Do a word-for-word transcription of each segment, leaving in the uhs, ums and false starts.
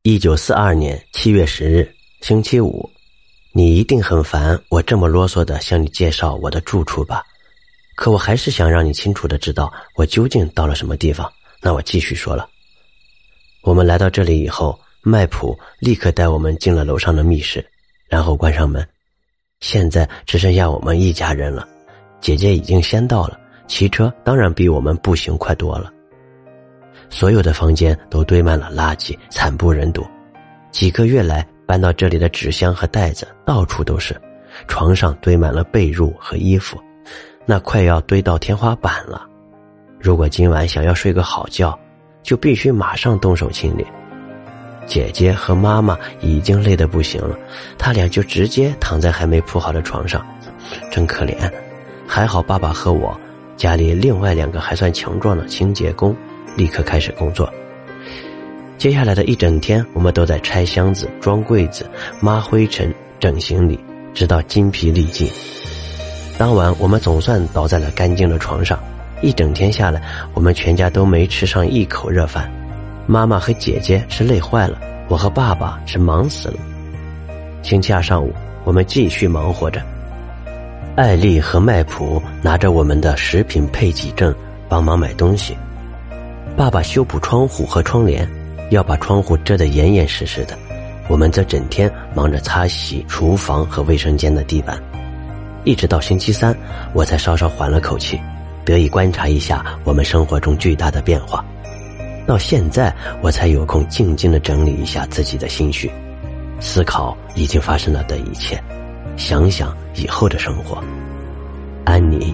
一九四二年七月十日，星期五。你一定很烦我这么啰嗦地向你介绍我的住处吧？可我还是想让你清楚地知道我究竟到了什么地方。那我继续说了。我们来到这里以后，麦普立刻带我们进了楼上的密室，然后关上门。现在只剩下我们一家人了，姐姐已经先到了，骑车当然比我们步行快多了。所有的房间都堆满了垃圾，惨不忍睹。几个月来搬到这里的纸箱和袋子到处都是，床上堆满了被褥和衣服，那快要堆到天花板了。如果今晚想要睡个好觉，就必须马上动手清理。姐姐和妈妈已经累得不行了，她俩就直接躺在还没铺好的床上，真可怜。还好爸爸和我，家里另外两个还算强壮的清洁工立刻开始工作。接下来的一整天，我们都在拆箱子、装柜子、抹灰尘、整行李，直到筋疲力尽。当晚我们总算倒在了干净的床上，一整天下来，我们全家都没吃上一口热饭。妈妈和姐姐是累坏了，我和爸爸是忙死了。星期二上午，我们继续忙活着。艾丽和麦普拿着我们的食品配给证帮忙买东西。爸爸修补窗户和窗帘，要把窗户遮得严严实实的，我们则整天忙着擦洗厨房和卫生间的地板。一直到星期三，我才稍稍缓了口气，得以观察一下我们生活中巨大的变化。到现在我才有空静静地整理一下自己的心绪，思考已经发生了的一切，想想以后的生活。安妮。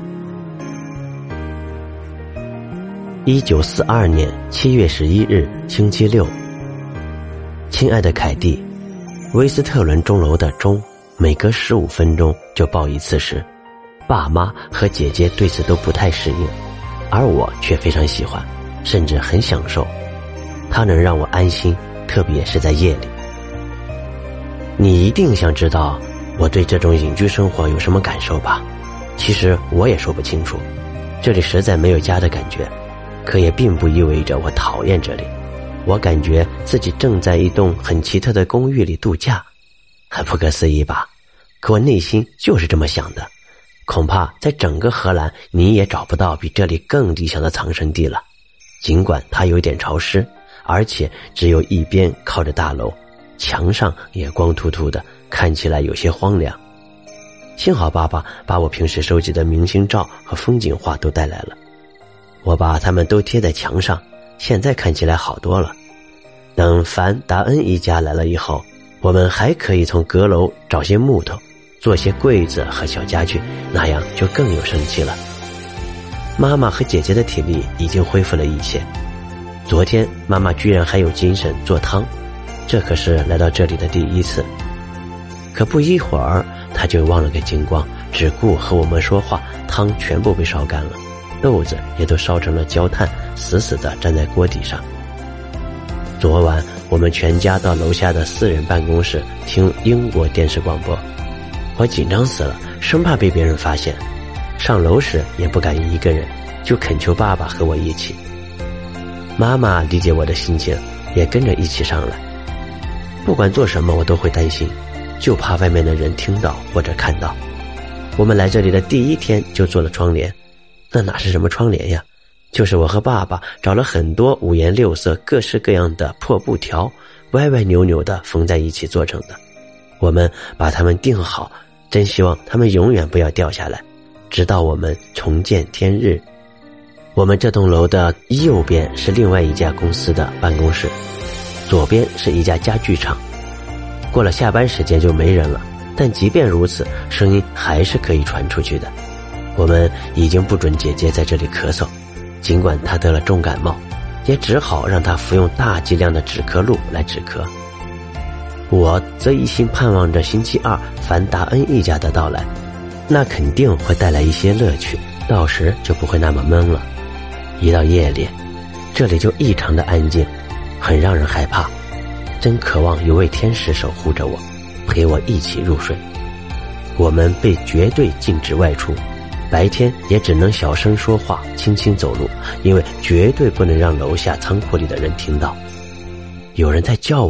一九四二年七月十一日，星期六。亲爱的凯蒂，威斯特伦钟楼的钟每隔十五分钟就报一次时，爸妈和姐姐对此都不太适应，而我却非常喜欢，甚至很享受。它能让我安心，特别是在夜里。你一定想知道我对这种隐居生活有什么感受吧？其实我也说不清楚，这里实在没有家的感觉，可也并不意味着我讨厌这里。我感觉自己正在一栋很奇特的公寓里度假，很不可思议吧？可我内心就是这么想的。恐怕在整个荷兰你也找不到比这里更理想的藏身地了。尽管它有点潮湿，而且只有一边靠着大楼，墙上也光秃秃的，看起来有些荒凉。幸好爸爸把我平时收集的明星照和风景画都带来了，我把它们都贴在墙上，现在看起来好多了。等凡达恩一家来了以后，我们还可以从阁楼找些木头，做些柜子和小家具，那样就更有生气了。妈妈和姐姐的体力已经恢复了一些，昨天妈妈居然还有精神做汤，这可是来到这里的第一次。可不一会儿她就忘了个精光，只顾和我们说话，汤全部被烧干了，豆子也都烧成了焦炭，死死地站在锅底上。昨晚我们全家到楼下的私人办公室听英国电视广播，我紧张死了，生怕被别人发现。上楼时也不敢一个人，就恳求爸爸和我一起。妈妈理解我的心情，也跟着一起上来。不管做什么我都会担心，就怕外面的人听到或者看到。我们来这里的第一天就做了窗帘，那哪是什么窗帘呀，就是我和爸爸找了很多五颜六色各式各样的破布条，歪歪扭扭的缝在一起做成的。我们把它们钉好，真希望它们永远不要掉下来，直到我们重见天日。我们这栋楼的右边是另外一家公司的办公室，左边是一家家具厂。过了下班时间就没人了，但即便如此，声音还是可以传出去的。我们已经不准姐姐在这里咳嗽，尽管她得了重感冒，也只好让她服用大剂量的止咳露来止咳。我则一心盼望着星期二凡达恩一家的到来，那肯定会带来一些乐趣，到时就不会那么闷了。一到夜里，这里就异常的安静，很让人害怕，真渴望有位天使守护着我，陪我一起入睡。我们被绝对禁止外出，白天也只能小声说话，轻轻走路，因为绝对不能让楼下仓库里的人听到。有人在叫我呢，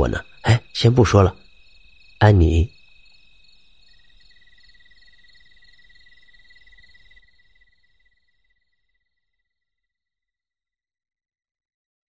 哎，先不说了，安妮。